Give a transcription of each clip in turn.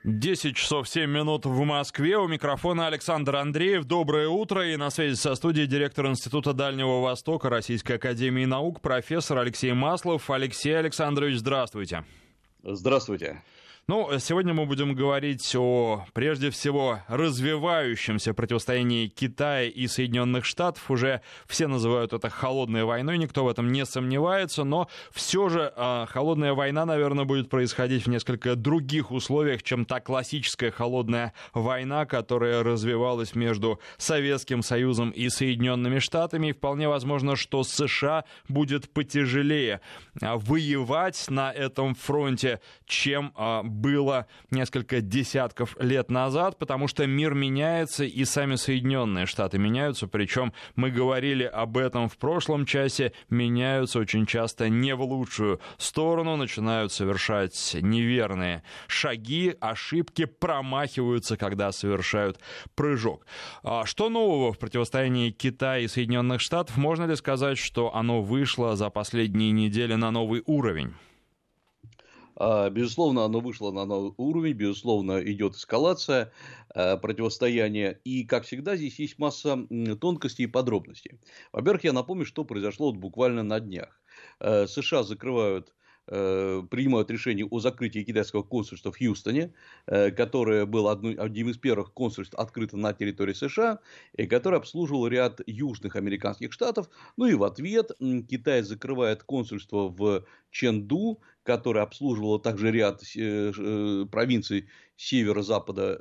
10 часов 7 минут в Москве. У микрофона Александр Андреев. Доброе утро. И на связи со студией директор Института Дальнего Востока Российской академии наук, профессор Алексей Маслов. Алексей Александрович, здравствуйте. Здравствуйте. Ну, сегодня мы будем говорить о, прежде всего, развивающемся противостоянии Китая и Соединенных Штатов. Уже все называют это холодной войной, никто в этом не сомневается, но все же холодная война, наверное, будет происходить в несколько других условиях, чем та классическая холодная война, которая развивалась между Советским Союзом и Соединенными Штатами. И вполне возможно, что США будет потяжелее воевать на этом фронте, чем было несколько десятков лет назад, потому что мир меняется, и сами Соединенные Штаты меняются, причем мы говорили об этом в прошлом часе, меняются очень часто не в лучшую сторону, начинают совершать неверные шаги, ошибки, промахиваются, когда совершают прыжок. Что нового в противостоянии Китая и Соединенных Штатов? Можно ли сказать, что оно вышло за последние недели на новый уровень? Безусловно, оно вышло на новый уровень, безусловно, идет эскалация противостояния. И, как всегда, здесь есть масса тонкостей и подробностей. Во-первых, я напомню, что произошло буквально на днях. США принимают решение о закрытии китайского консульства в Хьюстоне, которое было одним из первых консульств открыто на территории США, и которое обслуживало ряд южных американских штатов. Ну и в ответ Китай закрывает консульство в Чэнду, которое обслуживало также ряд провинций северо-запада,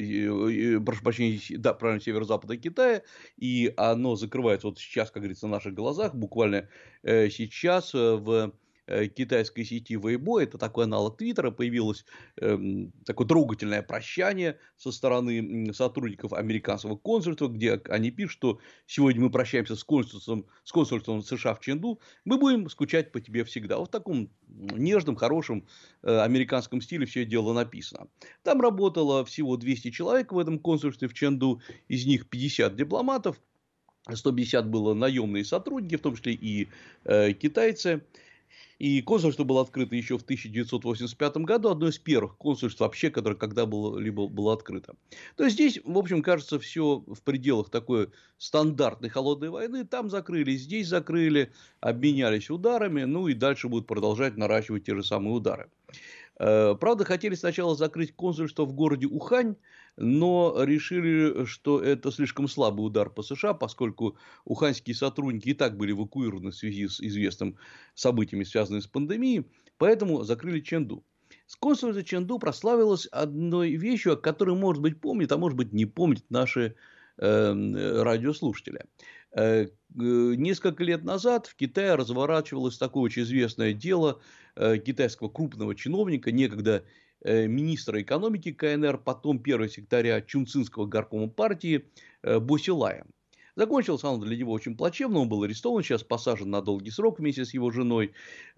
северо-запада Китая, и оно закрывается вот сейчас, как говорится, на наших глазах, буквально сейчас в китайской сети Weibo, это такой аналог Твиттера, появилось такое трогательное прощание со стороны сотрудников американского консульства, где они пишут, что сегодня мы прощаемся с консульством США в Чэнду, мы будем скучать по тебе всегда. Вот в таком нежном, хорошем американском стиле все это дело написано. Там работало всего 200 человек в этом консульстве в Чэнду, из них 50 дипломатов, 150 было наемные сотрудники, в том числе и китайцы. И консульство было открыто еще в 1985 году, одно из первых консульств вообще, которое когда-либо было открыто. То есть здесь, в общем, кажется, все в пределах такой стандартной холодной войны. Там закрыли, здесь закрыли, обменялись ударами, ну и дальше будут продолжать наращивать те же самые удары. Правда, хотели сначала закрыть консульство в городе Ухань, но решили, что это слишком слабый удар по США, поскольку уханьские сотрудники и так были эвакуированы в связи с известными событиями, связанными с пандемией, поэтому закрыли Чэнду. Консульство Чэнду прославилось одной вещью, о которой, может быть, помнят, а может быть, не помнят наши радиослушатели. Несколько лет назад в Китае разворачивалось такое очень известное дело китайского крупного чиновника, некогда министра экономики КНР, потом первого секретаря Чунцинского горкома партии Бо Силая. Закончился он для него очень плачевно, он был арестован, сейчас посажен на долгий срок вместе с его женой.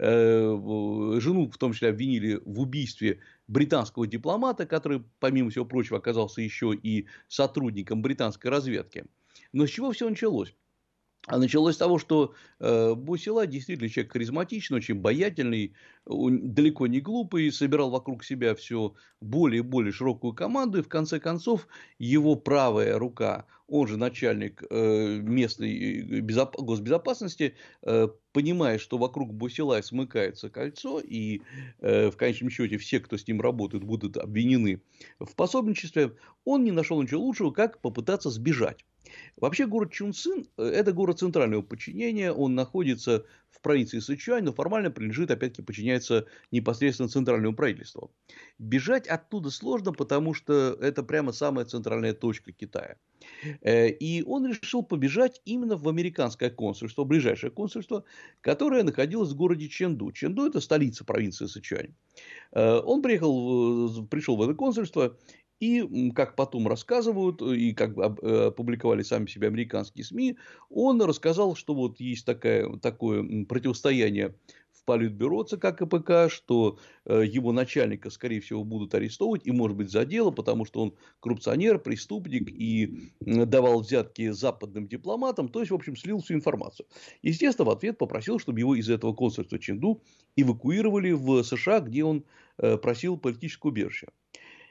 Жену в том числе обвинили в убийстве британского дипломата, который, помимо всего прочего, оказался еще и сотрудником британской разведки. Но с чего все началось? А началось с того, что Бо Силай действительно человек харизматичный, очень обаятельный, далеко не глупый, собирал вокруг себя все более и более широкую команду, и в конце концов его правая рука, он же начальник местной госбезопасности, понимая, что вокруг Бо Силая смыкается кольцо, и в конечном счете все, кто с ним работает, будут обвинены в пособничестве, он не нашел ничего лучшего, как попытаться сбежать. Вообще город Чунцин – это город центрального подчинения, он находится в провинции Сычуань, но формально принадлежит, опять-таки, подчиняется непосредственно центральному правительству. Бежать оттуда сложно, потому что это прямо самая центральная точка Китая. И он решил побежать именно в американское консульство, ближайшее консульство, которое находилось в городе Чэнду. Чэнду – это столица провинции Сычуань. Он пришел в это консульство. И, как потом рассказывают, и как опубликовали сами себе американские СМИ, он рассказал, что вот есть такое противостояние в Политбюро ЦК КПК, что его начальника, скорее всего, будут арестовывать, и, может быть, за дело, потому что он коррупционер, преступник и давал взятки западным дипломатам, то есть, в общем, слил всю информацию. Естественно, в ответ попросил, чтобы его из этого консульства Чэнду эвакуировали в США, где он просил политическое убежище.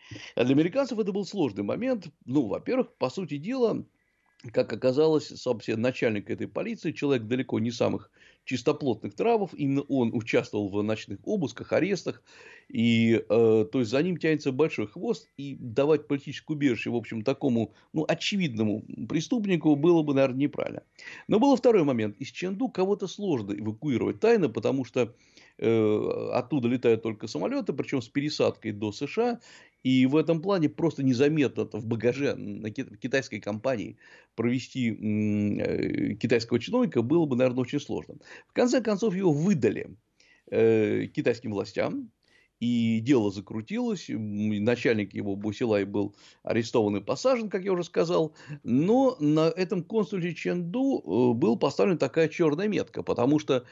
А для американцев это был сложный момент. Ну, во-первых, по сути дела, как оказалось, собственно, начальник этой полиции, человек далеко не самых чистоплотных нравов, именно он участвовал в ночных обысках, арестах, и то есть за ним тянется большой хвост, и давать политическое убежище, в общем, такому, ну, очевидному преступнику было бы, наверное, неправильно. Но был второй момент. Из Чэнду кого-то сложно эвакуировать тайно, потому что оттуда летают только самолеты, причем с пересадкой до США, и в этом плане просто незаметно в багаже на китайской компании провести китайского чиновника было бы, наверное, очень сложно. В конце концов, его выдали китайским властям, и дело закрутилось, начальник его Бусилай был арестован и посажен, как я уже сказал, но на этом консуле Чэнду была поставлена такая черная метка, потому что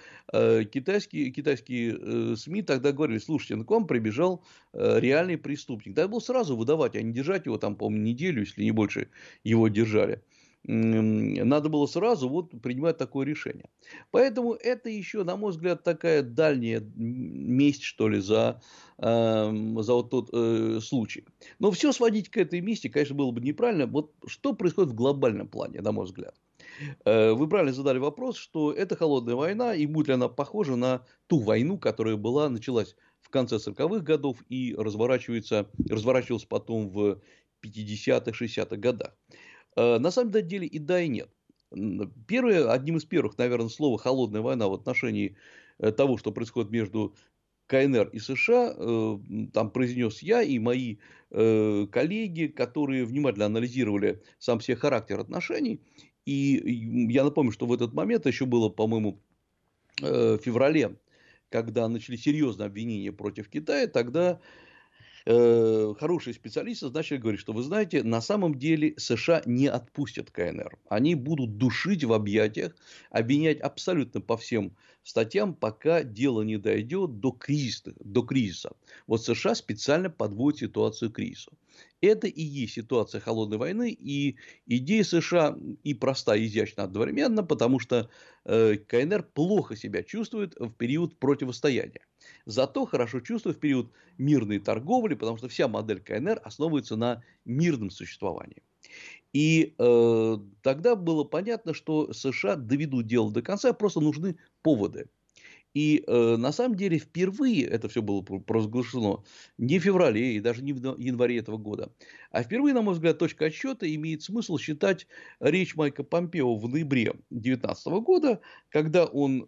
китайские СМИ тогда говорили: слушайте, ну к вам прибежал реальный преступник. Надо было сразу выдавать, а не держать его там, по-моему, неделю, если не больше его держали. Надо было сразу вот принимать такое решение. Поэтому это еще, на мой взгляд, такая дальняя месть, что ли, за вот тот случай. Но все сводить к этой мести, конечно, было бы неправильно. Вот что происходит в глобальном плане, на мой взгляд. Вы правильно задали вопрос, что это холодная война, и будет ли она похожа на ту войну, которая началась в конце 40-х годов и разворачивалась потом в 50-х, 60-х годах. На самом деле и да, и нет. Одним из первых, наверное, слова «холодная война» в отношении того, что происходит между КНР и США, там произнес я и мои коллеги, которые внимательно анализировали сам себе характер отношений. И я напомню, что в этот момент еще было, по-моему, в феврале, когда начались серьезные обвинения против Китая, тогда хорошие специалисты начали говорить, что, вы знаете, на самом деле США не отпустят КНР. Они будут душить в объятиях, обвинять абсолютно по всем статьям, пока дело не дойдет до кризиса. Вот США специально подводят ситуацию к кризису. Это и есть ситуация холодной войны, и идея США и проста, и изящна одновременно, потому что КНР плохо себя чувствует в период противостояния. Зато хорошо чувствует в период мирной торговли, потому что вся модель КНР основывается на мирном существовании. И тогда было понятно, что США доведут дело до конца, просто нужны поводы. И на самом деле впервые это все было провозглашено не в феврале и даже не в январе этого года, а впервые, на мой взгляд, точка отсчета имеет смысл считать речь Майка Помпео в ноябре 2019 года, когда он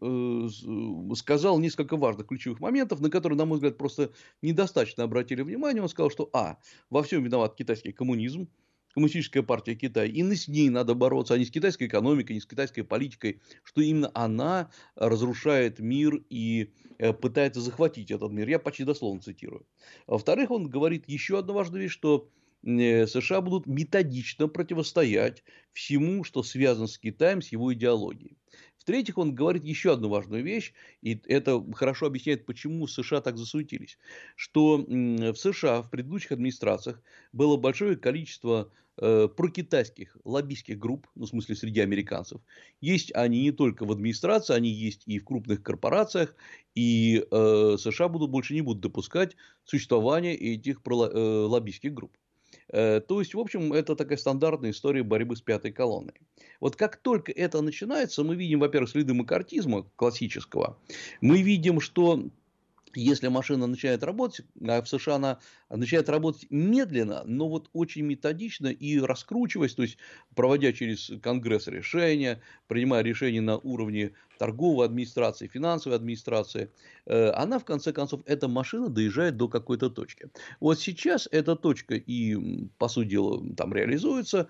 сказал несколько важных ключевых моментов, на которые, на мой взгляд, просто недостаточно обратили внимание. Он сказал, что во всем виноват китайский коммунизм, Коммунистическая партия Китая, и с ней надо бороться, а не с китайской экономикой, не с китайской политикой, что именно она разрушает мир и пытается захватить этот мир. Я почти дословно цитирую. Во-вторых, он говорит еще одну важную вещь, что США будут методично противостоять всему, что связано с Китаем, с его идеологией. В-третьих, он говорит еще одну важную вещь, и это хорошо объясняет, почему США так засуетились, что в США в предыдущих администрациях было большое количество прокитайских лоббистских групп, ну, в смысле, среди американцев. Есть они не только в администрации, они есть и в крупных корпорациях, и США больше не будут допускать существования этих лоббистских групп. То есть, в общем, это такая стандартная история борьбы с пятой колонной. Вот как только это начинается, мы видим, во-первых, следы маккартизма классического. Мы видим, что если машина начинает работать, а в США она начинает работать медленно, но вот очень методично и раскручиваясь, то есть проводя через Конгресс решения, принимая решения на уровне торговой администрации, финансовой администрации, она в конце концов, эта машина доезжает до какой-то точки. Вот сейчас эта точка и, по сути дела, там реализуется,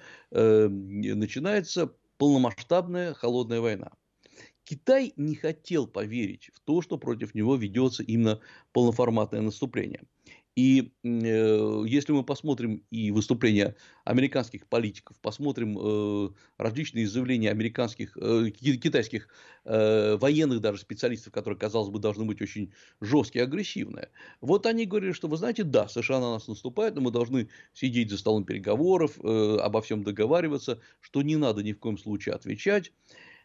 начинается полномасштабная холодная война. Китай не хотел поверить в то, что против него ведется именно полноформатное наступление. И если мы посмотрим и выступления американских политиков, посмотрим различные заявления китайских военных даже специалистов, которые, казалось бы, должны быть очень жесткие и агрессивные, вот они говорили, что, вы знаете, да, США на нас наступают, но мы должны сидеть за столом переговоров, обо всем договариваться, что не надо ни в коем случае отвечать.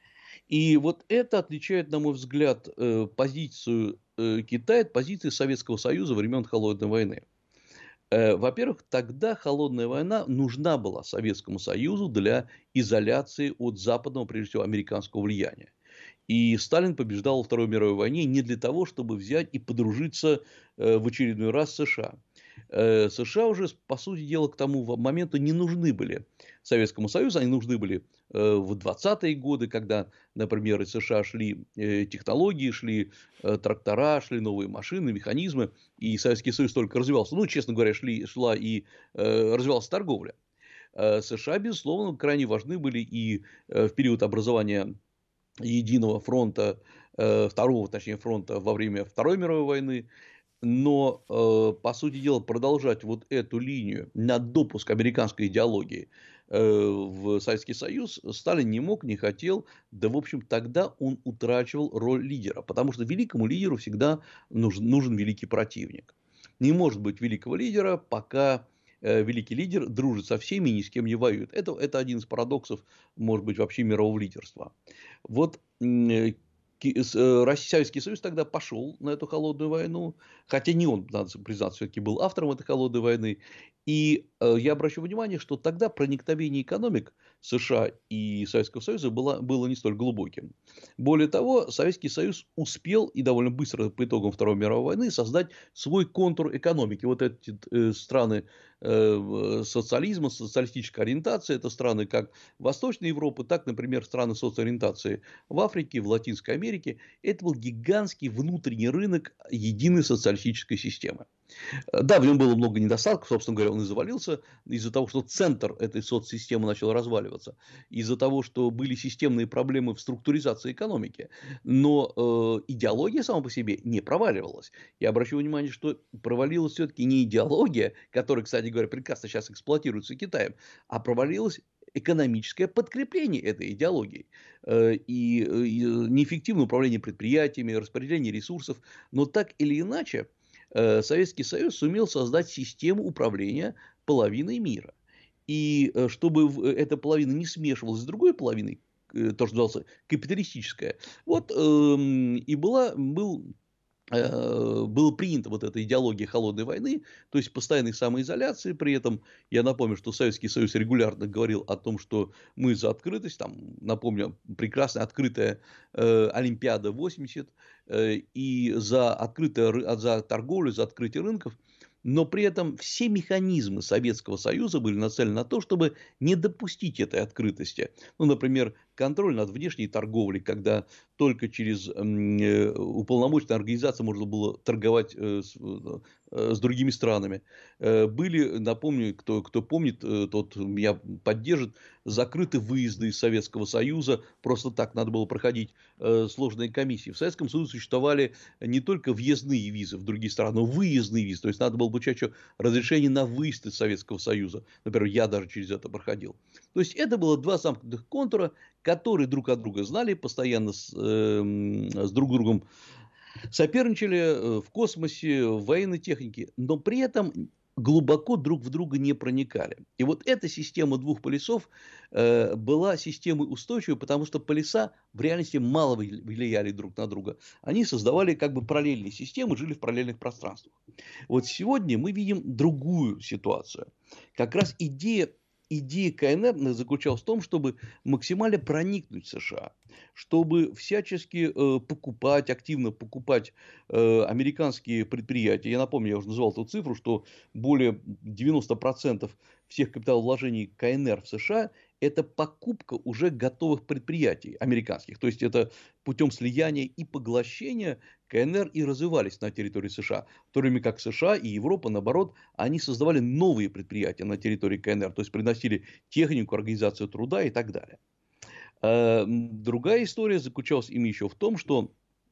И вот это отличает, на мой взгляд, позицию Китая от позиции Советского Союза времен Холодной войны. Во-первых, тогда холодная война нужна была Советскому Союзу для изоляции от западного, прежде всего, американского влияния. И Сталин побеждал во Второй мировой войне не для того, чтобы взять и подружиться в очередной раз с США. США уже, по сути дела, к тому моменту не нужны были Советскому Союзу, они нужны были в 20-е годы, когда, например, из США шли технологии, шли трактора, шли новые машины, механизмы, и Советский Союз только развивался. Ну, честно говоря, шла и развивалась торговля. США, безусловно, крайне важны были и в период образования единого фронта, второго, точнее, фронта во время Второй мировой войны. Но, по сути дела, продолжать вот эту линию на допуск американской идеологии в Советский Союз Сталин не мог, не хотел. Да, в общем, тогда он утрачивал роль лидера. Потому что великому лидеру всегда нужен великий противник. Не может быть великого лидера, пока великий лидер дружит со всеми и ни с кем не воюет. Это один из парадоксов, может быть, вообще мирового лидерства. Вот Советский Союз тогда пошел на эту холодную войну, хотя не он, надо признать, все-таки был автором этой холодной войны. И я обращу внимание, что тогда проникновение экономик США и Советского Союза было не столь глубоким. Более того, Советский Союз успел и довольно быстро по итогам Второй мировой войны создать свой контур экономики. Вот эти страны социализма, социалистической ориентации, это страны как Восточной Европы, так, например, страны соцориентации в Африке, в Латинской Америке. Это был гигантский внутренний рынок единой социалистической системы. Да, в нем было много недостатков, собственно говоря, он и завалился из-за того, что центр этой соцсистемы начал разваливаться, из-за того, что были системные проблемы в структуризации экономики. Но идеология сама по себе не проваливалась. Я обращу внимание, что провалилась все-таки не идеология, которая, кстати говоря, прекрасно сейчас эксплуатируется Китаем, а провалилась экономическое подкрепление этой идеологии и неэффективное управление предприятиями, распределение ресурсов. Но так или иначе, Советский Союз сумел создать систему управления половиной мира. И чтобы эта половина не смешивалась с другой половиной, то, что называется капиталистическая, вот и было принята вот эта идеология холодной войны, то есть постоянной самоизоляции. При этом я напомню, что Советский Союз регулярно говорил о том, что мы за открытость. Там, напомню, прекрасная открытая Олимпиада 80 и за торговлю, за открытие рынков. Но при этом все механизмы Советского Союза были нацелены на то, чтобы не допустить этой открытости. Ну, например, контроль над внешней торговлей, когда только через уполномоченную организацию можно было торговать с другими странами. Были, напомню, кто помнит, тот меня поддержит, закрыты выезды из Советского Союза. Просто так надо было проходить сложные комиссии. В Советском Союзе существовали не только въездные визы в другие страны, но выездные визы. То есть надо было получать еще разрешение на выезд из Советского Союза. Например, я даже через это проходил. То есть это было два замкнутых контура, которые друг от друга знали, постоянно с друг другом соперничали в космосе, в военной технике, но при этом глубоко друг в друга не проникали. И вот эта система двух полюсов была системой устойчивой, потому что полюса в реальности мало влияли друг на друга. Они создавали как бы параллельные системы, жили в параллельных пространствах. Вот сегодня мы видим другую ситуацию. Как раз идея КНР заключалась в том, чтобы максимально проникнуть в США, чтобы всячески активно покупать американские предприятия. Я напомню, я уже называл эту цифру, что более 90% всех капиталовложений КНР в США – это покупка уже готовых предприятий американских. То есть это путем слияния и поглощения КНР и развивались на территории США. В то время как США и Европа, наоборот, они создавали новые предприятия на территории КНР. То есть приносили технику, организацию труда и так далее. Другая история заключалась им еще в том, что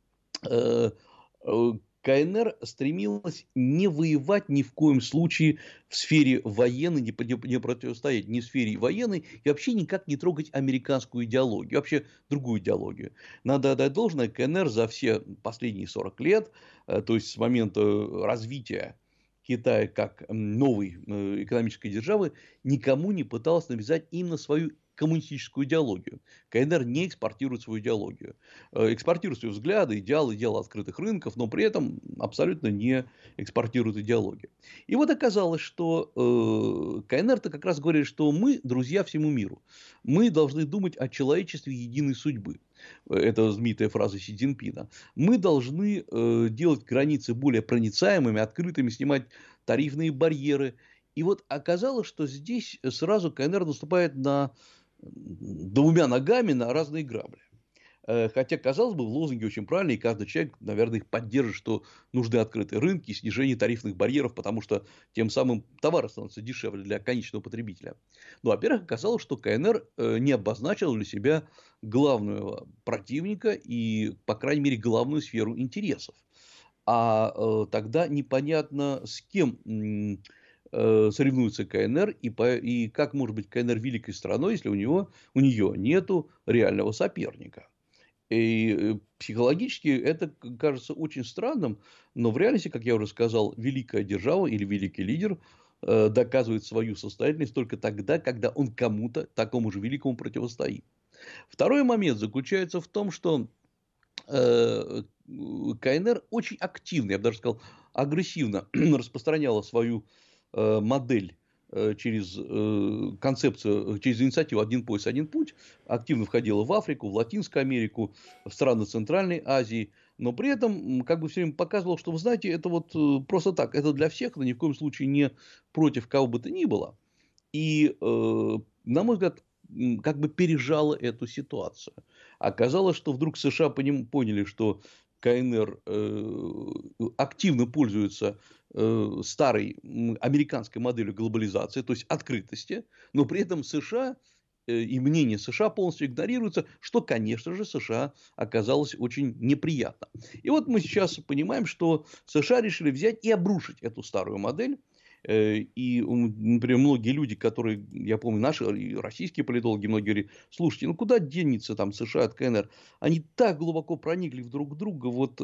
КНР стремилась не воевать ни в коем случае в сфере военной, не противостоять ни в сфере военной и вообще никак не трогать американскую идеологию, вообще другую идеологию. Надо отдать должное, КНР за все последние 40 лет, то есть с момента развития Китая как новой экономической державы никому не пыталась навязать именно свою коммунистическую идеологию. КНР не экспортирует свою идеологию. Экспортирует свои взгляды, идеалы, идеалы открытых рынков, но при этом абсолютно не экспортирует идеологию. И вот оказалось, что КНР-то как раз говорит, что мы друзья всему миру. Мы должны думать о человечестве единой судьбы. Это знаменитая фраза Си Цзиньпина. Мы должны делать границы более проницаемыми, открытыми, снимать тарифные барьеры. И вот оказалось, что здесь сразу КНР наступает на двумя ногами на разные грабли. Хотя, казалось бы, в лозунге очень правильно, и каждый человек, наверное, их поддержит, что нужны открытые рынки и снижение тарифных барьеров, потому что тем самым товары становятся дешевле для конечного потребителя. Но, во-первых, оказалось, что КНР не обозначил для себя главного противника и, по крайней мере, главную сферу интересов. А тогда непонятно, с кем соревнуется КНР, и как может быть КНР великой страной, если у нее нету реального соперника. И психологически это кажется очень странным, но в реальности, как я уже сказал, великая держава или великий лидер доказывает свою состоятельность только тогда, когда он кому-то такому же великому противостоит. Второй момент заключается в том, что КНР очень активно, я бы даже сказал, агрессивно распространяла свою модель через концепцию, через инициативу «Один пояс, один путь», активно входила в Африку, в Латинскую Америку, в страны Центральной Азии, но при этом как бы все время показывала, что, вы знаете, это вот просто так, это для всех, но ни в коем случае не против кого бы то ни было. И, на мой взгляд, как бы пережала эту ситуацию. Оказалось, что вдруг США поняли, что КНР активно пользуется старой американской моделью глобализации, то есть открытости, но при этом США и мнение США полностью игнорируется, что, конечно же, США оказалось очень неприятно. И вот мы сейчас понимаем, что США решили взять и обрушить эту старую модель. И, например, многие люди, которые, я помню, наши российские политологи, многие говорят, слушайте, ну куда денется там США от КНР? Они так глубоко проникли в друг друга, вот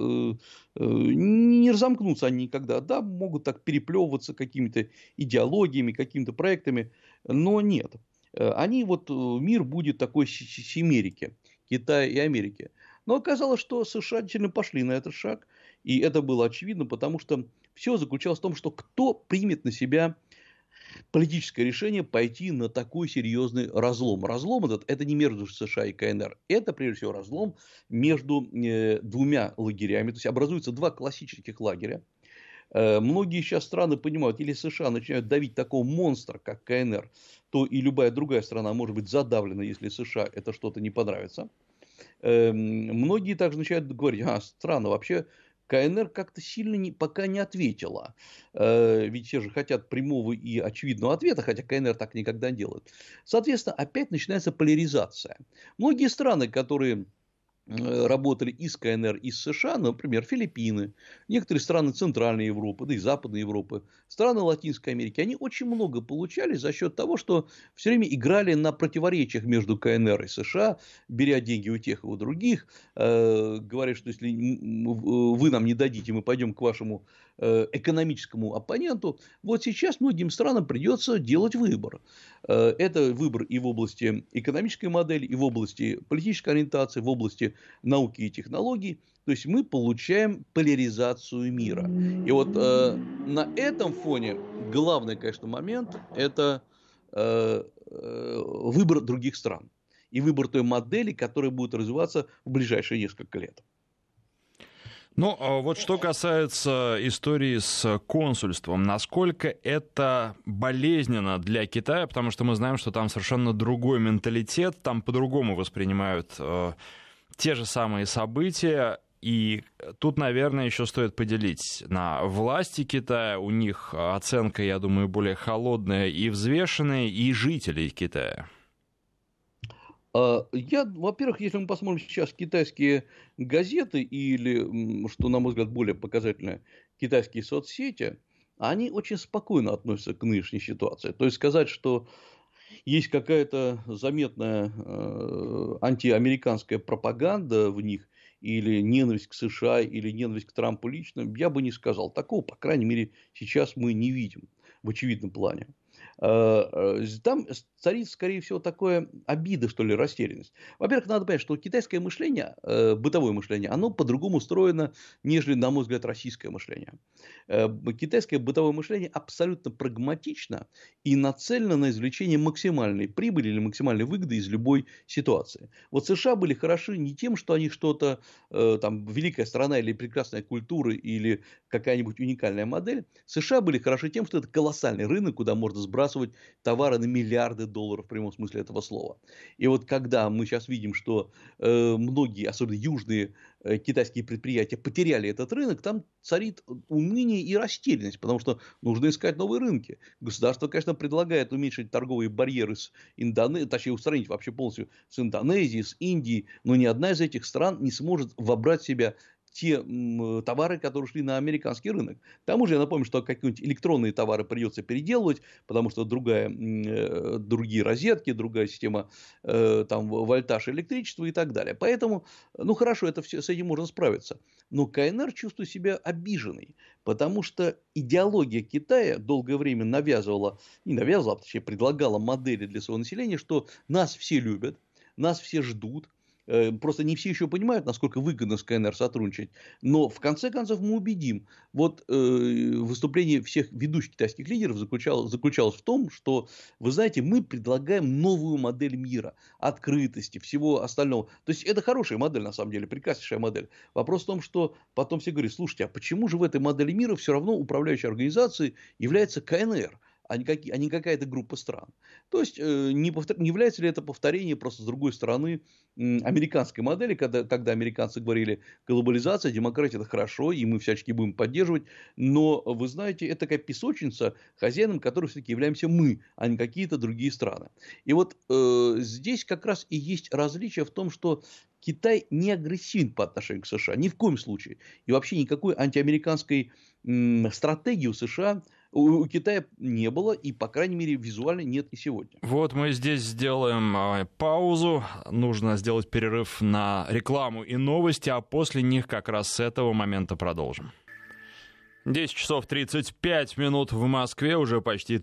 не разомкнутся они никогда, да, могут так переплевываться какими-то идеологиями, какими-то проектами, но нет. Они вот, мир будет такой семерики, Китая и Америки. Но оказалось, что США действительно пошли на этот шаг, и это было очевидно, потому что все заключалось в том, что кто примет на себя политическое решение пойти на такой серьезный разлом. Разлом этот, это не между США и КНР, это прежде всего разлом между двумя лагерями, то есть образуются два классических лагеря. Многие сейчас страны понимают, или США начинают давить такого монстра, как КНР, то и любая другая страна может быть задавлена, если США это что-то не понравится. Многие также начинают говорить, странно, вообще КНР как-то сильно пока не ответила. Ведь все же хотят прямого и очевидного ответа, хотя КНР так никогда не делает. Соответственно, опять начинается поляризация. Многие страны, которые работали и с КНР, и с США, например, Филиппины, некоторые страны Центральной Европы, да и Западной Европы, страны Латинской Америки, они очень много получали за счет того, что все время играли на противоречиях между КНР и США, беря деньги у тех и у других, говоря, что если вы нам не дадите, мы пойдем к вашему экономическому оппоненту. Вот сейчас многим странам придется делать выбор. Это выбор и в области экономической модели, и в области политической ориентации, в области науки и технологий. То есть мы получаем поляризацию мира. И вот на этом фоне главный, конечно, момент – это выбор других стран. И выбор той модели, которая будет развиваться в ближайшие несколько лет. Ну, вот что касается истории с консульством, насколько это болезненно для Китая, потому что мы знаем, что там совершенно другой менталитет, там по-другому воспринимают те же самые события, и тут, наверное, еще стоит поделить на власти Китая, у них оценка, я думаю, более холодная и взвешенная, и жителей Китая. Во-первых, если мы посмотрим сейчас китайские газеты или, что, на мой взгляд, более показательно, китайские соцсети, они очень спокойно относятся к нынешней ситуации. То есть сказать, что есть какая-то заметная антиамериканская пропаганда в них, или ненависть к США, или ненависть к Трампу лично, я бы не сказал. Такого, по крайней мере, сейчас мы не видим в очевидном плане. Там царит, скорее всего, такое обида, что ли, растерянность. Во-первых, надо понять, что китайское мышление, бытовое мышление, оно по-другому устроено, нежели, на мой взгляд, российское мышление. Китайское бытовое мышление абсолютно прагматично и нацелено на извлечение максимальной прибыли или максимальной выгоды из любой ситуации. Вот США были хороши не тем, что они что-то, там, великая страна или прекрасная культура или какая-нибудь уникальная модель. США были хороши тем, что это колоссальный рынок, куда можно сбрасывать товары на миллиарды долларов в прямом смысле этого слова. И вот когда мы сейчас видим, что многие, особенно южные китайские предприятия потеряли этот рынок, там царит уныние и растерянность, потому что нужно искать новые рынки. Государство, конечно, предлагает уменьшить торговые барьеры с Индонезией, точнее устранить вообще полностью с Индонезией, с Индией, но ни одна из этих стран не сможет вобрать в себя те товары, которые шли на американский рынок. К тому же я напомню, что какие-нибудь электронные товары придется переделывать, потому что другие розетки, другая система там, вольтаж электричества и так далее. Поэтому, ну хорошо, с этим можно справиться. Но КНР чувствует себя обиженной, потому что идеология Китая долгое время точнее предлагала модели для своего населения, что нас все любят, нас все ждут. Просто не все еще понимают, насколько выгодно с КНР сотрудничать. Но в конце концов мы убедим. Вот выступление всех ведущих китайских лидеров заключалось в том, что, вы знаете, мы предлагаем новую модель мира, открытости, всего остального. То есть это хорошая модель, на самом деле, прекраснейшая модель. Вопрос в том, что потом все говорят: слушайте, а почему же в этой модели мира все равно управляющей организацией является КНР? А не какая-то группа стран. То есть, не является ли это повторение просто с другой стороны американской модели, когда американцы говорили: глобализация, демократия – это хорошо, и мы всячески будем поддерживать, но, вы знаете, это такая песочница, хозяином которой все-таки являемся мы, а не какие-то другие страны. И вот здесь как раз и есть различие в том, что Китай не агрессивен по отношению к США, ни в коем случае. И вообще никакой антиамериканской стратегии у США, у Китая не было, и, по крайней мере, визуально нет и сегодня. Вот мы здесь сделаем паузу. Нужно сделать перерыв на рекламу и новости, а после них как раз с этого момента продолжим. 10 часов 35 минут в Москве, уже почти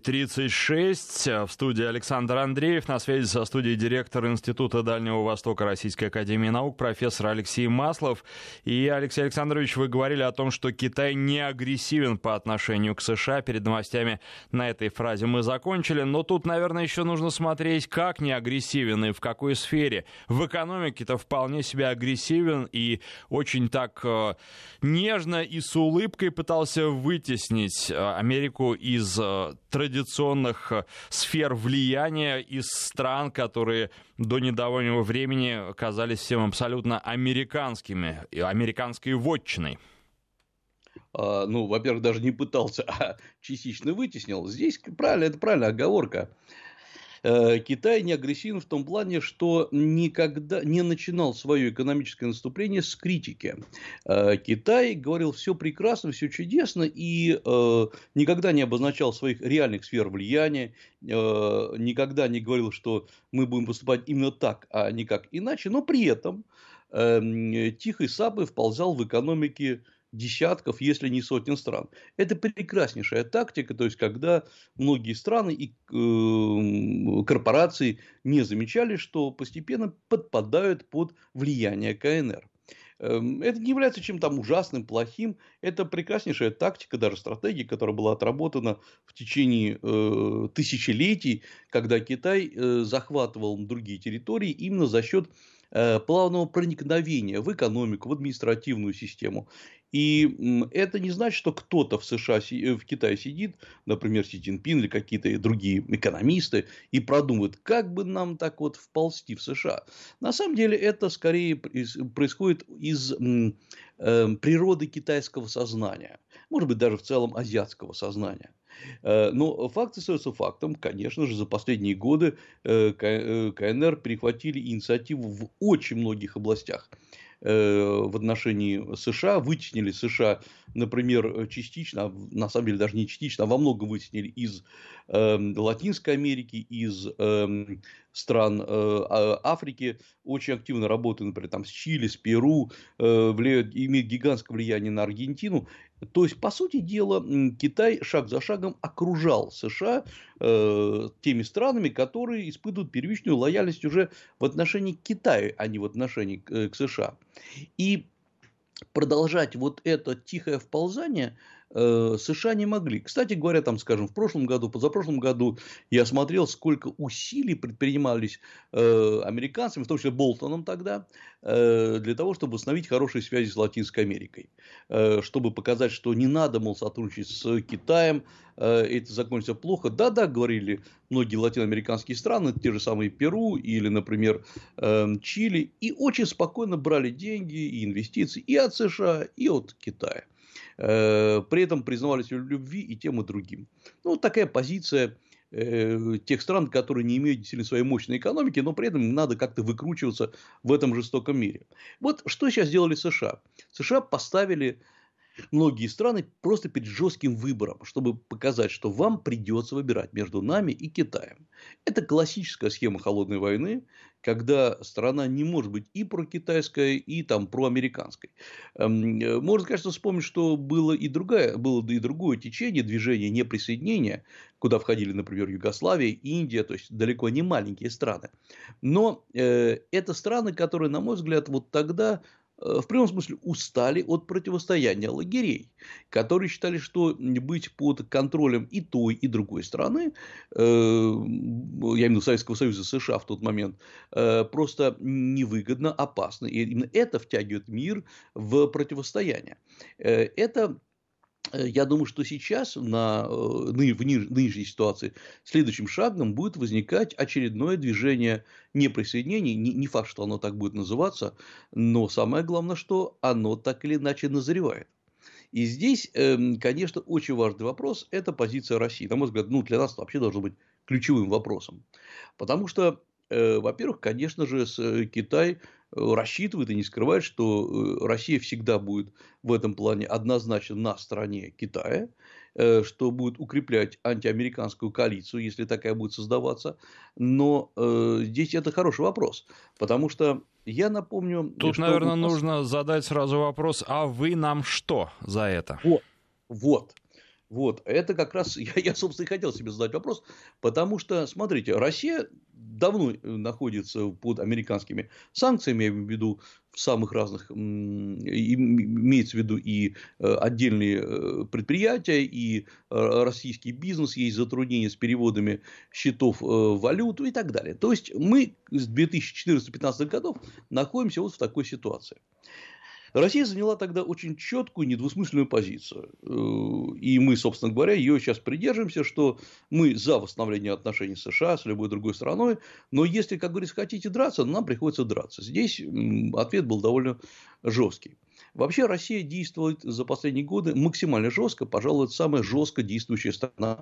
36. В студии Александр Андреев, на связи со студией директор Института Дальнего Востока Российской Академии Наук, профессор Алексей Маслов. И, Алексей Александрович, вы говорили о том, что Китай не агрессивен по отношению к США. Перед новостями на этой фразе мы закончили. Но тут, наверное, еще нужно смотреть, как не агрессивен и в какой сфере. В экономике-то вполне себе агрессивен и очень так нежно и с улыбкой пытался вытеснить Америку из традиционных сфер влияния, из стран, которые до недавнего времени казались всем абсолютно американскими, американской вотчиной. Ну, во-первых, даже не пытался, а частично вытеснил. Здесь это правильная оговорка. Китай не агрессивен в том плане, что никогда не начинал свое экономическое наступление с критики. Китай говорил: все прекрасно, все чудесно, и никогда не обозначал своих реальных сфер влияния, никогда не говорил, что мы будем поступать именно так, а никак иначе, но при этом тихой сапой вползал в экономики десятков, если не сотен стран. Это прекраснейшая тактика, то есть, когда многие страны и корпорации не замечали, что постепенно подпадают под влияние КНР. Это не является чем-то ужасным, плохим. Это прекраснейшая тактика, даже стратегия, которая была отработана в течение тысячелетий, когда Китай захватывал другие территории именно за счет плавного проникновения в экономику, в административную систему. И это не значит, что кто-то в США, в Китае сидит, например, Си Цзиньпин или какие-то другие экономисты, и продумывают, как бы нам так вот вползти в США. На самом деле это скорее происходит из природы китайского сознания, может быть, даже в целом азиатского сознания. Но факт остается фактом. Конечно же, за последние годы КНР перехватили инициативу в очень многих областях. в отношении США, вытеснили США, например, частично, на самом деле даже не частично, а во многом вытеснили из Латинской Америки, из стран Африки, очень активно работают, например, там, с Чили, с Перу, имеют гигантское влияние на Аргентину. То есть, по сути дела, Китай шаг за шагом окружал США теми странами, которые испытывают первичную лояльность уже в отношении Китая, а не в отношении к США. И продолжать вот это тихое вползание США не могли. Кстати говоря, там, скажем, в прошлом году, позапрошлом году я смотрел, сколько усилий предпринимались американцами, в том числе Болтоном тогда, для того, чтобы восстановить хорошие связи с Латинской Америкой. Чтобы показать, что не надо, мол, сотрудничать с Китаем, это закончится плохо. Да-да, говорили многие латиноамериканские страны, те же самые Перу или, например, Чили, и очень спокойно брали деньги и инвестиции и от США, и от Китая. При этом признавались в любви и тем, и другим. Ну, вот такая позиция тех стран, которые не имеют действительно своей мощной экономики, но при этом им надо как-то выкручиваться в этом жестоком мире. Вот что сейчас сделали США. США поставили многие страны просто перед жестким выбором, чтобы показать, что вам придется выбирать между нами и Китаем. Это классическая схема холодной войны, когда страна не может быть и прокитайской, и там проамериканской. Можно, конечно, вспомнить, что было и другое течение, движение неприсоединения, куда входили, например, Югославия, Индия, то есть далеко не маленькие страны. Но это страны, которые, на мой взгляд, вот тогда в прямом смысле устали от противостояния лагерей, которые считали, что быть под контролем и той, и другой страны, я имею в виду Советского Союза, США в тот момент, просто невыгодно, опасно. И именно это втягивает мир в противостояние. Это, я думаю, что сейчас в нынешней ситуации следующим шагом будет возникать очередное движение неприсоединения. Не факт, что оно так будет называться, но самое главное, что оно так или иначе назревает. И здесь, конечно, очень важный вопрос – это позиция России. На мой взгляд, для нас это вообще должно быть ключевым вопросом. Потому что, во-первых, конечно же, Китай рассчитывает и не скрывает, что Россия всегда будет в этом плане однозначно на стороне Китая, что будет укреплять антиамериканскую коалицию, если такая будет создаваться. Но здесь это хороший вопрос, потому что я напомню, тут, что наверное, нужно задать сразу вопрос: а вы нам что за это? Вот, это как раз я, собственно, и хотел себе задать вопрос, потому что, смотрите, Россия давно находится под американскими санкциями, я имею в виду в самых разных, имеется в виду и отдельные предприятия, и российский бизнес, есть затруднения с переводами счетов в валюту и так далее. То есть, мы с 2014-2015 годов находимся вот в такой ситуации. Россия заняла тогда очень четкую, недвусмысленную позицию. И мы, собственно говоря, ее сейчас придерживаемся, что мы за восстановление отношений с США, с любой другой страной, но если, как говорится, хотите драться, нам приходится драться. Здесь ответ был довольно жесткий. Вообще Россия действует за последние годы максимально жестко, пожалуй, это самая жестко действующая страна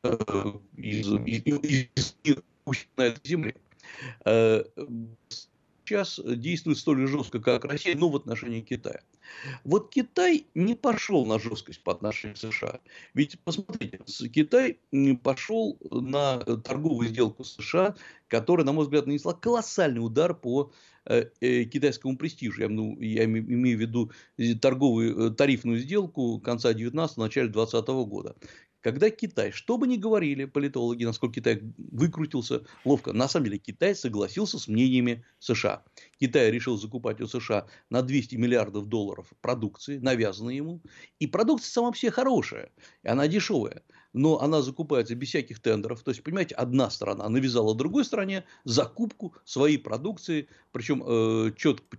на этой земле. Сейчас действует столь же жестко, как Россия, но в отношении Китая. Вот Китай не пошел на жесткость по отношению к США. Ведь, посмотрите, Китай пошел на торговую сделку с США, которая, на мой взгляд, нанесла колоссальный удар по китайскому престижу. Я имею в виду тарифную сделку конца 19-го, начала 20 года. Когда Китай, что бы ни говорили политологи, насколько Китай выкрутился ловко, на самом деле Китай согласился с мнениями США. Китай решил закупать у США на 200 миллиардов долларов продукции, навязанной ему. И продукция сама по себе хорошая, и она дешевая. Но она закупается без всяких тендеров. То есть, понимаете, одна страна навязала другой стране закупку своей продукции. Причем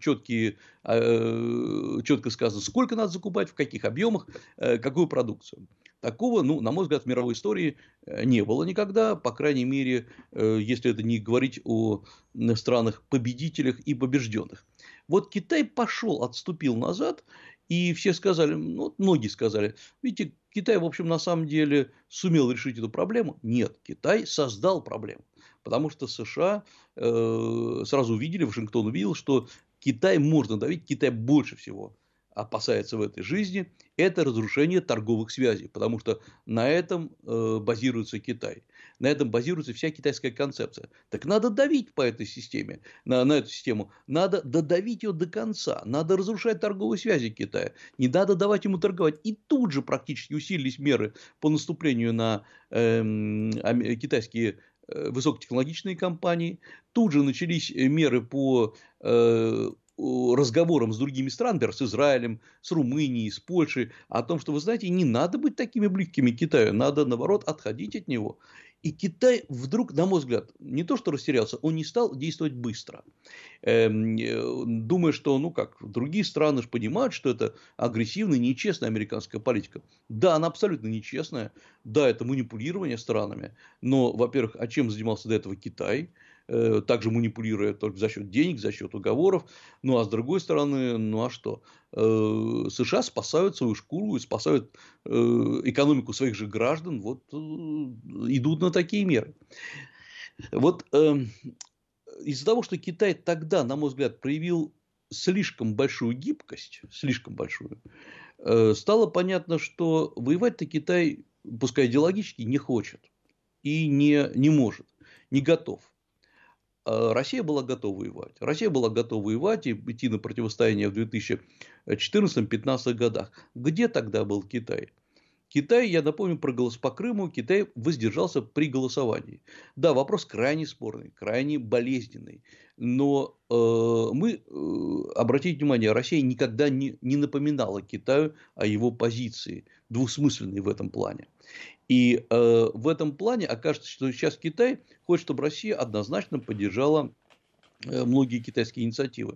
четко сказано, сколько надо закупать, в каких объемах, какую продукцию. Такого, на мой взгляд, в мировой истории не было никогда, по крайней мере, если это не говорить о странах-победителях и побежденных. Вот Китай отступил назад, и все сказали, многие сказали, видите, Китай, в общем, на самом деле сумел решить эту проблему. Нет, Китай создал проблему, потому что США сразу увидели, Вашингтон увидел, что Китай можно давить, Китай больше всего опасается в этой жизни, это разрушение торговых связей, потому что на этом базируется Китай, на этом базируется вся китайская концепция. Так надо давить по этой системе, на эту систему, надо додавить ее до конца, надо разрушать торговые связи Китая, не надо давать ему торговать. И тут же практически усилились меры по наступлению на китайские высокотехнологичные компании, тут же начались меры по разговорам с другими странами, например, с Израилем, с Румынией, с Польшей, о том, что, вы знаете, не надо быть такими близкими к Китаю, надо, наоборот, отходить от него. И Китай вдруг, на мой взгляд, не то что растерялся, он не стал действовать быстро. Думая, что, другие страны же понимают, что это агрессивная, нечестная американская политика. Да, она абсолютно нечестная, да, это манипулирование странами, но, во-первых, а чем занимался до этого Китай? Также манипулируя только за счет денег, за счет уговоров. Ну, а с другой стороны, ну а что? США спасают свою шкуру и спасают экономику своих же граждан, вот идут на такие меры. Вот из-за того, что Китай тогда, на мой взгляд, проявил слишком большую гибкость, слишком большую, стало понятно, что воевать-то Китай, пускай идеологически, не хочет и не может, не готов. Россия была готова воевать. Россия была готова воевать и идти на противостояние в 2014-2015 годах. Где тогда был Китай? Китай, я напомню про голос по Крыму, Китай воздержался при голосовании. Да, вопрос крайне спорный, крайне болезненный. Но обратите внимание, Россия никогда не напоминала Китаю о его позиции, двусмысленной в этом плане. И в этом плане окажется, что сейчас Китай хочет, чтобы Россия однозначно поддержала многие китайские инициативы.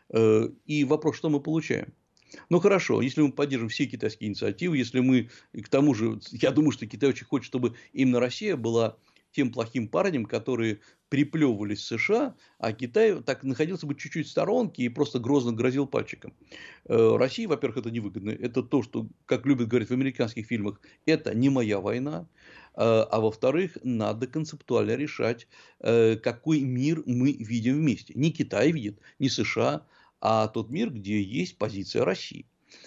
И вопрос, что мы получаем? Ну хорошо, если мы поддержим все китайские инициативы, если мы, и к тому же, я думаю, что Китай очень хочет, чтобы именно Россия была тем плохим парнем, которые приплевывались в США, а Китай так находился бы чуть-чуть в сторонке и просто грозно грозил пальчиком. России, во-первых, это невыгодно. Это то, что, как любят говорить в американских фильмах, это не моя война. А во-вторых, надо концептуально решать, какой мир мы видим вместе. Не Китай видит, не США, а тот мир, где есть позиция России.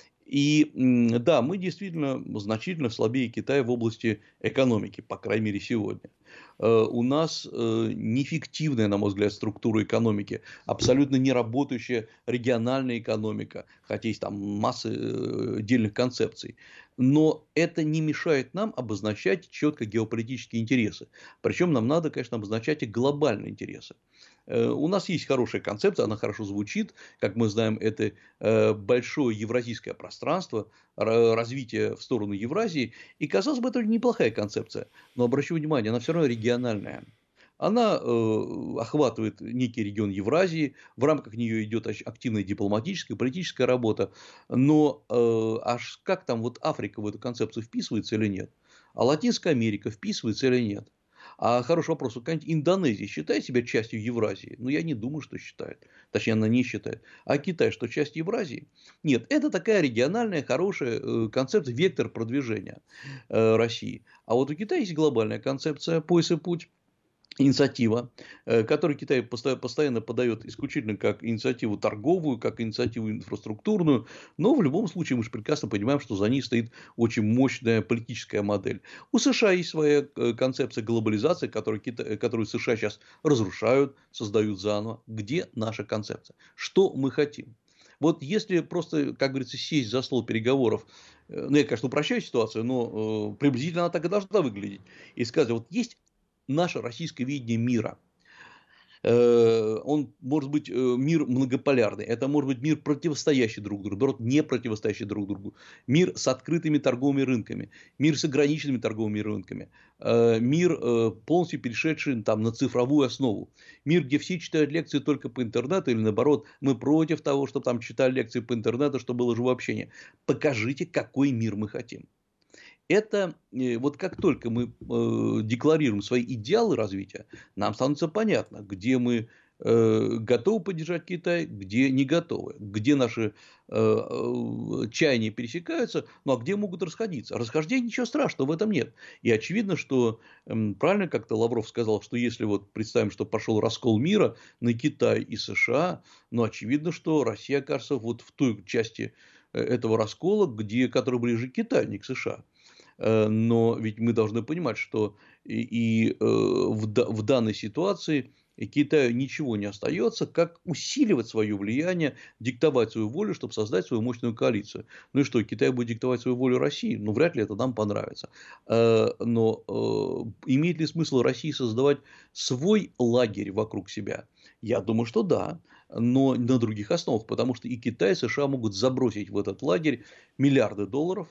И да, мы действительно значительно слабее Китая в области экономики, по крайней мере, сегодня. У нас неэффективная, на мой взгляд, структура экономики, абсолютно не работающая региональная экономика, хотя есть там масса отдельных концепций. Но это не мешает нам обозначать четко геополитические интересы. Причем нам надо, конечно, обозначать и глобальные интересы. У нас есть хорошая концепция, она хорошо звучит. Как мы знаем, это большое евразийское пространство, развитие в сторону Евразии. И, казалось бы, это неплохая концепция. Но, обращу внимание, она все равно региональная. Она охватывает некий регион Евразии, в рамках нее идет активная дипломатическая, политическая работа. Но аж как там вот Африка в эту концепцию вписывается или нет? А Латинская Америка вписывается или нет? А хороший вопрос, какая-нибудь Индонезия считает себя частью Евразии? Ну, я не думаю, что считает. Точнее, она не считает. А Китай, что часть Евразии? Нет, это такая региональная, хорошая концепция, вектор продвижения России. А вот у Китая есть глобальная концепция «Пояс и путь». Инициатива, которую Китай постоянно подает исключительно как инициативу торговую, как инициативу инфраструктурную, но в любом случае мы же прекрасно понимаем, что за ней стоит очень мощная политическая модель. У США есть своя концепция глобализации, которую США сейчас разрушают, создают заново. Где наша концепция? Что мы хотим? Вот если просто, как говорится, сесть за стол переговоров, ну я, конечно, упрощаю ситуацию, но приблизительно она так и должна выглядеть, и сказать, вот есть наше российское видение мира. Он может быть мир многополярный, это может быть мир противостоящий друг другу, наоборот, не противостоящий друг другу, мир с открытыми торговыми рынками, мир с ограниченными торговыми рынками, мир полностью перешедший там, на цифровую основу, мир, где все читают лекции только по интернету, или наоборот, мы против того, чтобы там читали лекции по интернету, чтобы было живое общение. Покажите, какой мир мы хотим. Это вот как только мы декларируем свои идеалы развития, нам становится понятно, где мы готовы поддержать Китай, где не готовы, где наши чаяния пересекаются, ну а где могут расходиться. Расхождений ничего страшного в этом нет. И очевидно, что правильно как-то Лавров сказал, что если вот представим, что пошел раскол мира на Китай и США, ну очевидно, что Россия окажется вот в той части этого раскола, который ближе к Китаю, не к США. Но ведь мы должны понимать, что в данной ситуации Китаю ничего не остается, как усиливать свое влияние, диктовать свою волю, чтобы создать свою мощную коалицию. Ну и что, Китай будет диктовать свою волю России? Ну, вряд ли это нам понравится. Но имеет ли смысл России создавать свой лагерь вокруг себя? Я думаю, что да, но на других основах, потому что и Китай, и США могут забросить в этот лагерь миллиарды долларов,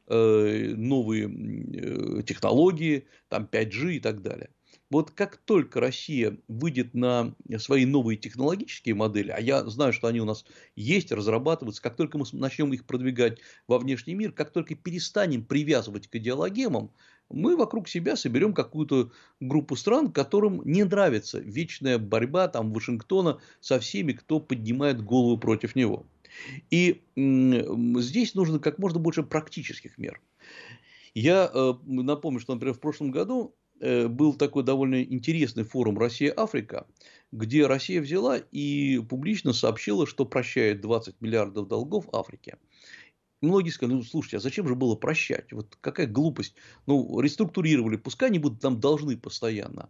новые технологии, там 5G и так далее. Вот как только Россия выйдет на свои новые технологические модели, а я знаю, что они у нас есть, разрабатываются, как только мы начнем их продвигать во внешний мир, как только перестанем привязывать к идеологемам, мы вокруг себя соберем какую-то группу стран, которым не нравится вечная борьба там, Вашингтона со всеми, кто поднимает голову против него. И здесь нужно как можно больше практических мер. Я напомню, что, например, в прошлом году был такой довольно интересный форум «Россия-Африка», где Россия взяла и публично сообщила, что прощает 20 миллиардов долгов Африке. Многие сказали, ну, слушайте, а зачем же было прощать? Вот какая глупость. Ну, реструктурировали, пускай они будут нам должны постоянно.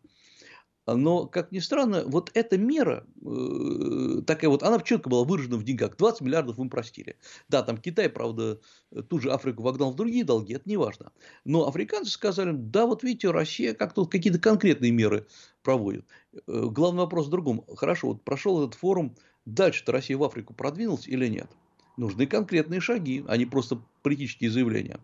Но, как ни странно, вот эта мера, такая вот, она четко была выражена в деньгах. 20 миллиардов мы простили. Да, там Китай, правда, ту же Африку вогнал в другие долги, это не важно. Но африканцы сказали, да, вот видите, Россия как-то какие-то конкретные меры проводит. Главный вопрос в другом. Хорошо, вот прошел этот форум, дальше-то Россия в Африку продвинулась или нет? Нужны конкретные шаги, а не просто политические заявления.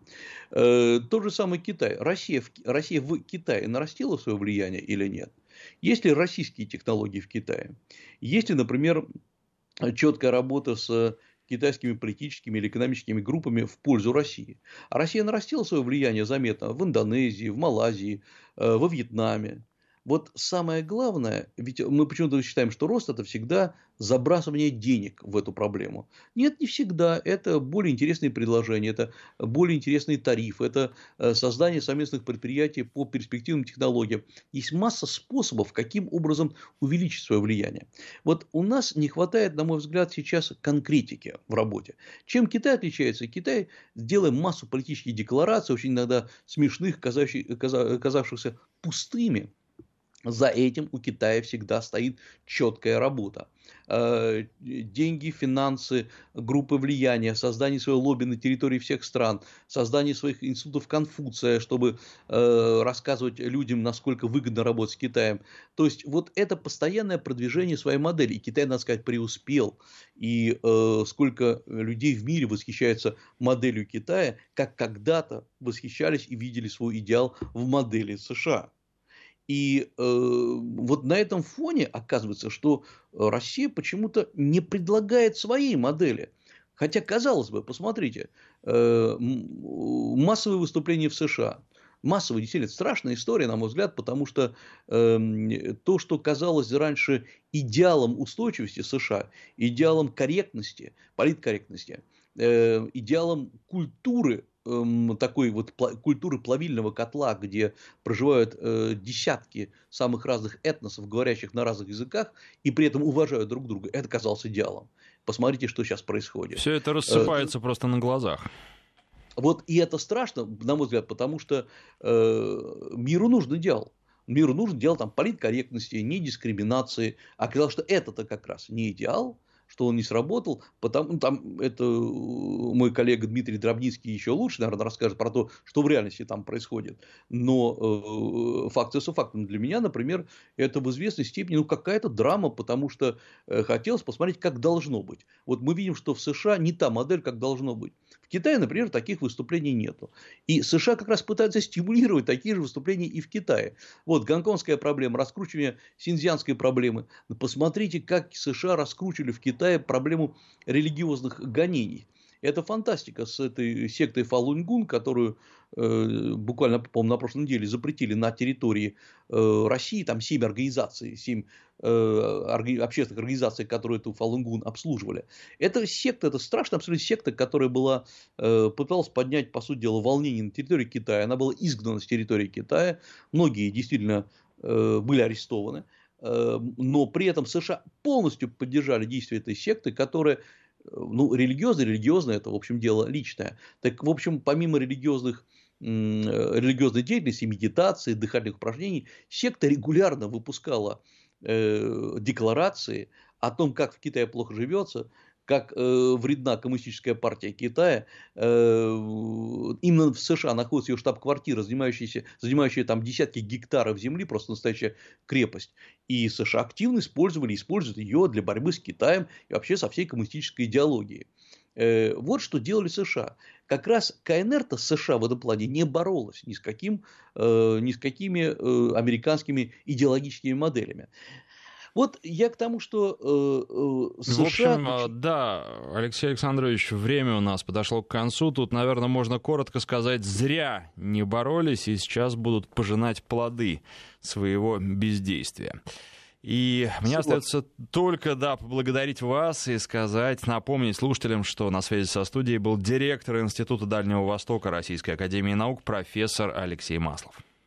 Тот же самый Китай. Россия в Китае нарастила свое влияние или нет? Есть ли российские технологии в Китае? Есть ли, например, четкая работа с китайскими политическими или экономическими группами в пользу России? А Россия нарастила свое влияние заметно в Индонезии, в Малайзии, во Вьетнаме. Вот самое главное, ведь мы почему-то считаем, что рост – это всегда забрасывание денег в эту проблему. Нет, не всегда. Это более интересные предложения, это более интересные тарифы, это создание совместных предприятий по перспективным технологиям. Есть масса способов, каким образом увеличить свое влияние. Вот у нас не хватает, на мой взгляд, сейчас конкретики в работе. Чем Китай отличается? Китай, делая массу политических деклараций, очень иногда смешных, казавшихся пустыми, за этим у Китая всегда стоит четкая работа. Деньги, финансы, группы влияния, создание своего лобби на территории всех стран, создание своих институтов Конфуция, чтобы рассказывать людям, насколько выгодно работать с Китаем. То есть, вот это постоянное продвижение своей модели. И Китай, надо сказать, преуспел. И сколько людей в мире восхищаются моделью Китая, как когда-то восхищались и видели свой идеал в модели США. И вот на этом фоне оказывается, что Россия почему-то не предлагает своей модели. Хотя, казалось бы, посмотрите, массовые выступления в США. Массовые, действительно, страшная история, на мой взгляд, потому что то, что казалось раньше идеалом устойчивости США, идеалом корректности, политкорректности, идеалом культуры, такой вот культуры плавильного котла, где проживают десятки самых разных этносов, говорящих на разных языках, и при этом уважают друг друга, это казалось идеалом. Посмотрите, что сейчас происходит. Все это рассыпается просто на глазах. Вот и это страшно, на мой взгляд, потому что миру нужен идеал. Миру нужен идеал там, политкорректности, недискриминации. А оказалось, что это-то как раз не идеал, что он не сработал, потому там это мой коллега Дмитрий Дробницкий еще лучше, наверное, расскажет про то, что в реальности там происходит. Но факт остается фактом. Для меня, например, это в известной степени какая-то драма, потому что хотелось посмотреть, как должно быть. Вот мы видим, что в США не та модель, как должно быть. В Китае, например, таких выступлений нету. И США как раз пытаются стимулировать такие же выступления и в Китае. Вот гонконгская проблема, раскручивание синьцзянской проблемы. Посмотрите, как США раскручивали в Китае проблему религиозных гонений. Это фантастика с этой сектой Фалун-Гонг, которую буквально, по-моему, на прошлой неделе запретили на территории России, там 7 организаций, 7 общественных организаций, которые эту Фалун-Гонг обслуживали. Это секта, это страшная абсолютно секта, которая была, пыталась поднять, по сути дела, волнение на территории Китая. Она была изгнана с территории Китая. Многие действительно были арестованы. Но при этом США полностью поддержали действия этой секты, которая, ну, религиозная, это, в общем, дело личное. Так, в общем, помимо религиозной деятельности, медитации, дыхательных упражнений, секта регулярно выпускала декларации о том, как в Китае плохо живется, как вредна коммунистическая партия Китая. Именно в США находится ее штаб-квартира, занимающая там десятки гектаров земли, просто настоящая крепость. И США активно использовали и используют ее для борьбы с Китаем и вообще со всей коммунистической идеологией. Вот что делали США. Как раз КНР-то с США в этом плане не боролась ни с какими американскими идеологическими моделями. Вот я к тому, что США... В общем, да, Алексей Александрович, время у нас подошло к концу. Тут, наверное, можно коротко сказать, зря не боролись и сейчас будут пожинать плоды своего бездействия. И мне остается только, да, поблагодарить вас и сказать, напомнить слушателям, что на связи со студией был директор Института Дальнего Востока Российской академии наук профессор Алексей Маслов.